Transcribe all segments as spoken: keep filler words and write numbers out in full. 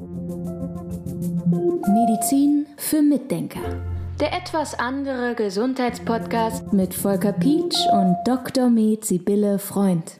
Medizin für Mitdenker. Der etwas andere Gesundheitspodcast mit Volker Pietsch und Doktor Med Sibylle Freund.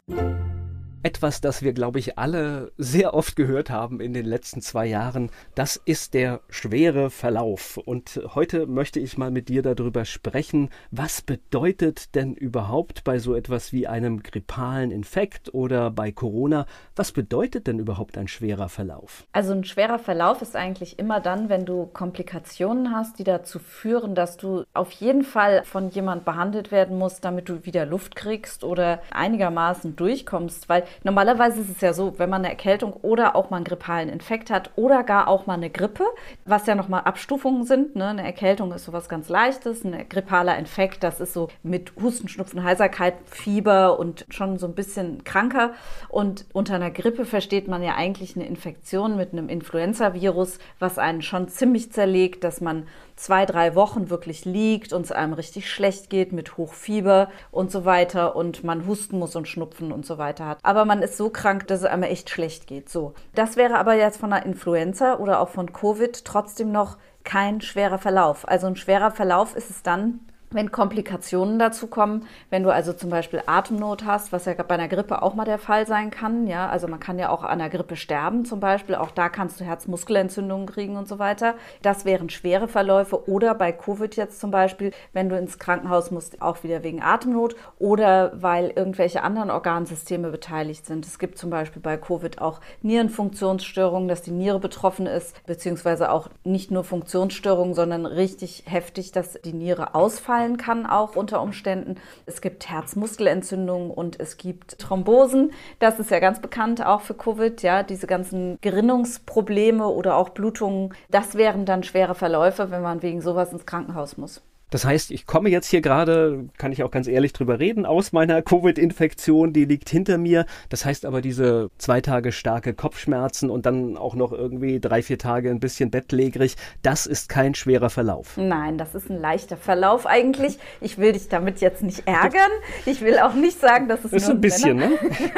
Etwas, das wir, glaube ich, alle sehr oft gehört haben in den letzten zwei Jahren, das ist der schwere Verlauf. Und heute möchte ich mal mit dir darüber sprechen, was bedeutet denn überhaupt bei so etwas wie einem grippalen Infekt oder bei Corona, was bedeutet denn überhaupt ein schwerer Verlauf? Also ein schwerer Verlauf ist eigentlich immer dann, wenn du Komplikationen hast, die dazu führen, dass du auf jeden Fall von jemand behandelt werden musst, damit du wieder Luft kriegst oder einigermaßen durchkommst, weil normalerweise ist es ja so, wenn man eine Erkältung oder auch mal einen grippalen Infekt hat oder gar auch mal eine Grippe, was ja nochmal Abstufungen sind. Ne? Eine Erkältung ist sowas ganz Leichtes, ein grippaler Infekt, das ist so mit Husten, Schnupfen, Heiserkeit, Fieber und schon so ein bisschen kranker. Und unter einer Grippe versteht man ja eigentlich eine Infektion mit einem Influenza-Virus, was einen schon ziemlich zerlegt, dass man zwei, drei Wochen wirklich liegt und es einem richtig schlecht geht mit Hochfieber und so weiter und man husten muss und Schnupfen und so weiter hat. Aber man ist so krank, dass es einem echt schlecht geht. So. Das wäre aber jetzt von einer Influenza oder auch von Covid trotzdem noch kein schwerer Verlauf. Also ein schwerer Verlauf ist es dann, wenn Komplikationen dazu kommen, wenn du also zum Beispiel Atemnot hast, was ja bei einer Grippe auch mal der Fall sein kann, ja, also man kann ja auch an der Grippe sterben zum Beispiel, auch da kannst du Herzmuskelentzündungen kriegen und so weiter. Das wären schwere Verläufe oder bei Covid jetzt zum Beispiel, wenn du ins Krankenhaus musst, auch wieder wegen Atemnot oder weil irgendwelche anderen Organsysteme beteiligt sind. Es gibt zum Beispiel bei Covid auch Nierenfunktionsstörungen, dass die Niere betroffen ist, beziehungsweise auch nicht nur Funktionsstörungen, sondern richtig heftig, dass die Niere ausfallen kann auch unter Umständen. Es gibt Herzmuskelentzündungen und es gibt Thrombosen. Das ist ja ganz bekannt auch für Covid, ja, diese ganzen Gerinnungsprobleme oder auch Blutungen. Das wären dann schwere Verläufe, wenn man wegen sowas ins Krankenhaus muss. Das heißt, ich komme jetzt hier gerade, kann ich auch ganz ehrlich drüber reden, aus meiner Covid-Infektion, die liegt hinter mir. Das heißt aber, diese zwei Tage starke Kopfschmerzen und dann auch noch irgendwie drei, vier Tage ein bisschen bettlägerig, das ist kein schwerer Verlauf. Nein, das ist ein leichter Verlauf eigentlich. Ich will dich damit jetzt nicht ärgern. Ich will auch nicht sagen, dass es ist nur ein, ein bisschen, Männer- ne?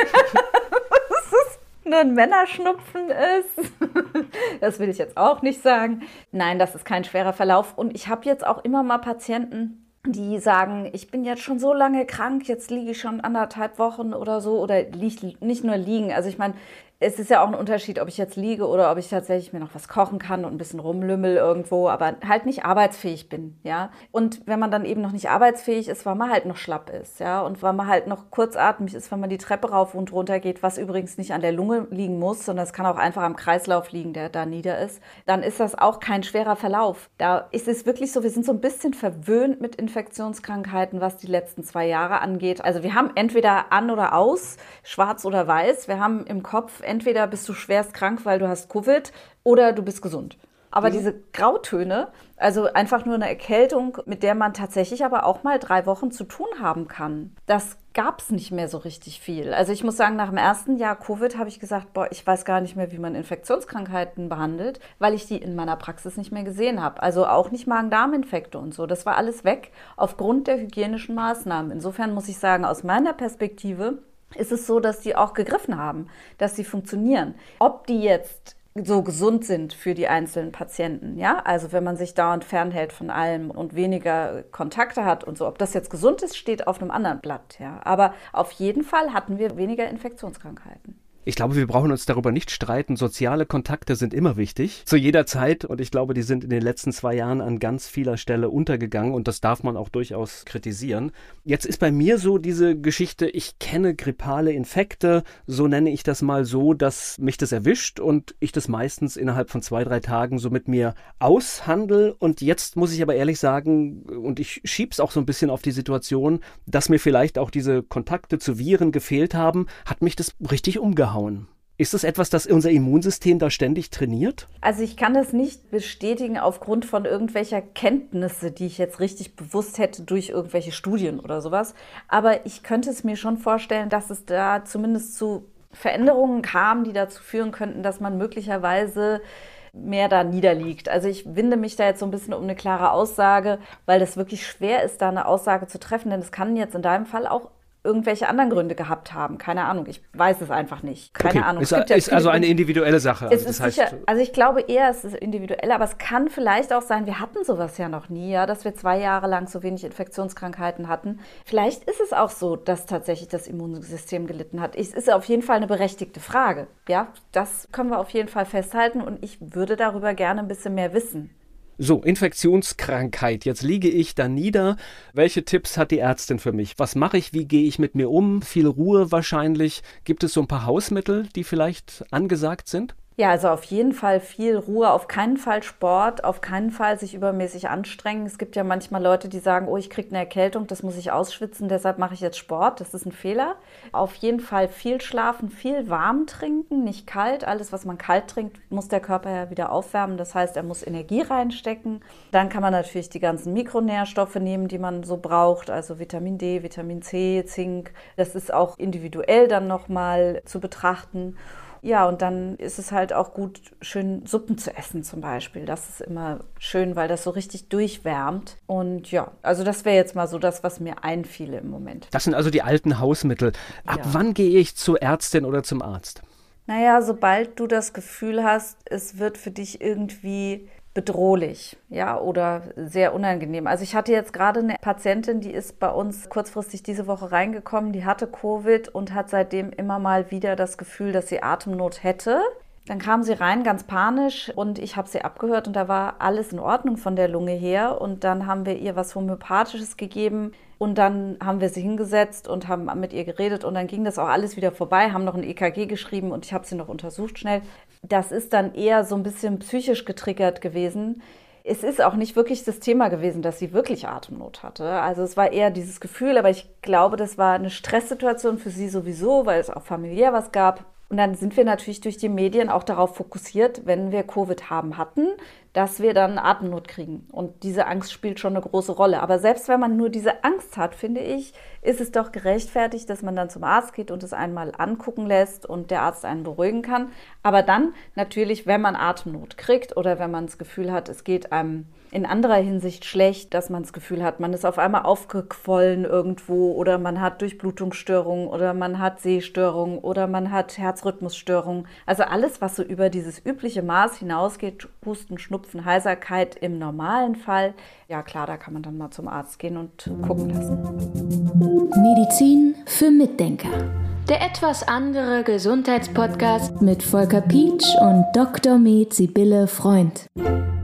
nur ein Männerschnupfen ist. Das will ich jetzt auch nicht sagen. Nein, das ist kein schwerer Verlauf. Und ich habe jetzt auch immer mal Patienten, die sagen, ich bin jetzt schon so lange krank, jetzt liege ich schon anderthalb Wochen oder so. Oder lieg, nicht nur liegen. Also ich meine, es ist ja auch ein Unterschied, ob ich jetzt liege oder ob ich tatsächlich mir noch was kochen kann und ein bisschen rumlümmel irgendwo, aber halt nicht arbeitsfähig bin, ja. Und wenn man dann eben noch nicht arbeitsfähig ist, weil man halt noch schlapp ist, ja, und weil man halt noch kurzatmig ist, wenn man die Treppe rauf und runter geht, was übrigens nicht an der Lunge liegen muss, sondern es kann auch einfach am Kreislauf liegen, der da nieder ist, dann ist das auch kein schwerer Verlauf. Da ist es wirklich so, wir sind so ein bisschen verwöhnt mit Infektionskrankheiten, was die letzten zwei Jahre angeht. Also wir haben entweder an oder aus, schwarz oder weiß, wir haben im Kopf entweder bist du schwerst krank, weil du hast Covid, oder du bist gesund. Aber mhm. diese Grautöne, also einfach nur eine Erkältung, mit der man tatsächlich aber auch mal drei Wochen zu tun haben kann, das gab es nicht mehr so richtig viel. Also ich muss sagen, nach dem ersten Jahr Covid habe ich gesagt, boah, ich weiß gar nicht mehr, wie man Infektionskrankheiten behandelt, weil ich die in meiner Praxis nicht mehr gesehen habe. Also auch nicht Magen-Darm-Infekte und so. Das war alles weg aufgrund der hygienischen Maßnahmen. Insofern muss ich sagen, aus meiner Perspektive ist es so, dass die auch gegriffen haben, dass sie funktionieren. Ob die jetzt so gesund sind für die einzelnen Patienten, ja, also wenn man sich dauernd fernhält von allem und weniger Kontakte hat und so, ob das jetzt gesund ist, steht auf einem anderen Blatt, ja. Aber auf jeden Fall hatten wir weniger Infektionskrankheiten. Ich glaube, wir brauchen uns darüber nicht streiten. Soziale Kontakte sind immer wichtig, zu jeder Zeit. Und ich glaube, die sind in den letzten zwei Jahren an ganz vieler Stelle untergegangen. Und das darf man auch durchaus kritisieren. Jetzt ist bei mir so diese Geschichte, ich kenne grippale Infekte, so nenne ich das mal so, dass mich das erwischt und ich das meistens innerhalb von zwei, drei Tagen so mit mir aushandel. Und jetzt muss ich aber ehrlich sagen, und ich schieb's auch so ein bisschen auf die Situation, dass mir vielleicht auch diese Kontakte zu Viren gefehlt haben, hat mich das richtig umgehauen. Ist das etwas, das unser Immunsystem da ständig trainiert? Also ich kann das nicht bestätigen aufgrund von irgendwelcher Kenntnisse, die ich jetzt richtig bewusst hätte durch irgendwelche Studien oder sowas. Aber ich könnte es mir schon vorstellen, dass es da zumindest zu Veränderungen kam, die dazu führen könnten, dass man möglicherweise mehr da niederliegt. Also ich winde mich da jetzt so ein bisschen um eine klare Aussage, weil das wirklich schwer ist, da eine Aussage zu treffen, denn es kann jetzt in deinem Fall auch irgendwelche anderen Gründe gehabt haben. Keine Ahnung, ich weiß es einfach nicht. Keine okay. Ahnung. Es ist, ja ist also eine individuelle Sache. Es also, ist das sicher, heißt, also ich glaube eher, es ist individuell, aber es kann vielleicht auch sein, wir hatten sowas ja noch nie, ja, dass wir zwei Jahre lang so wenig Infektionskrankheiten hatten. Vielleicht ist es auch so, dass tatsächlich das Immunsystem gelitten hat. Es ist auf jeden Fall eine berechtigte Frage. Ja, das können wir auf jeden Fall festhalten und ich würde darüber gerne ein bisschen mehr wissen. So, Infektionskrankheit. Jetzt liege ich da nieder. Welche Tipps hat die Ärztin für mich? Was mache ich? Wie gehe ich mit mir um? Viel Ruhe wahrscheinlich. Gibt es so ein paar Hausmittel, die vielleicht angesagt sind? Ja, also auf jeden Fall viel Ruhe, auf keinen Fall Sport, auf keinen Fall sich übermäßig anstrengen. Es gibt ja manchmal Leute, die sagen, oh, ich kriege eine Erkältung, das muss ich ausschwitzen, deshalb mache ich jetzt Sport. Das ist ein Fehler. Auf jeden Fall viel schlafen, viel warm trinken, nicht kalt. Alles, was man kalt trinkt, muss der Körper ja wieder aufwärmen. Das heißt, er muss Energie reinstecken. Dann kann man natürlich die ganzen Mikronährstoffe nehmen, die man so braucht, also Vitamin D, Vitamin C, Zink. Das ist auch individuell dann nochmal zu betrachten. Ja, und dann ist es halt auch gut, schön Suppen zu essen zum Beispiel. Das ist immer schön, weil das so richtig durchwärmt. Und ja, also das wäre jetzt mal so das, was mir einfiele im Moment. Das sind also die alten Hausmittel. Ab ja. wann gehe ich zur Ärztin oder zum Arzt? Naja, sobald du das Gefühl hast, es wird für dich irgendwie bedrohlich, ja, oder sehr unangenehm. Also ich hatte jetzt gerade eine Patientin, die ist bei uns kurzfristig diese Woche reingekommen, die hatte Covid und hat seitdem immer mal wieder das Gefühl, dass sie Atemnot hätte. Dann kam sie rein, ganz panisch, und ich habe sie abgehört und da war alles in Ordnung von der Lunge her. Und dann haben wir ihr was Homöopathisches gegeben und dann haben wir sie hingesetzt und haben mit ihr geredet und dann ging das auch alles wieder vorbei, haben noch ein E K G geschrieben und ich habe sie noch untersucht schnell. Das ist dann eher so ein bisschen psychisch getriggert gewesen. Es ist auch nicht wirklich das Thema gewesen, dass sie wirklich Atemnot hatte. Also es war eher dieses Gefühl, aber ich glaube, das war eine Stresssituation für sie sowieso, weil es auch familiär was gab. Und dann sind wir natürlich durch die Medien auch darauf fokussiert, wenn wir Covid haben hatten, dass wir dann Atemnot kriegen. Und diese Angst spielt schon eine große Rolle. Aber selbst wenn man nur diese Angst hat, finde ich, ist es doch gerechtfertigt, dass man dann zum Arzt geht und es einmal angucken lässt und der Arzt einen beruhigen kann. Aber dann natürlich, wenn man Atemnot kriegt oder wenn man das Gefühl hat, es geht einem in anderer Hinsicht schlecht, dass man das Gefühl hat, man ist auf einmal aufgequollen irgendwo oder man hat Durchblutungsstörungen oder man hat Sehstörungen oder man hat Herzrhythmusstörungen. Also alles, was so über dieses übliche Maß hinausgeht, Husten, Schnupfen, Heiserkeit im normalen Fall, ja klar, da kann man dann mal zum Arzt gehen und gucken lassen. Medizin für Mitdenker. Der etwas andere Gesundheitspodcast mit Volker Pietsch und Doktor Med Sibylle Freund.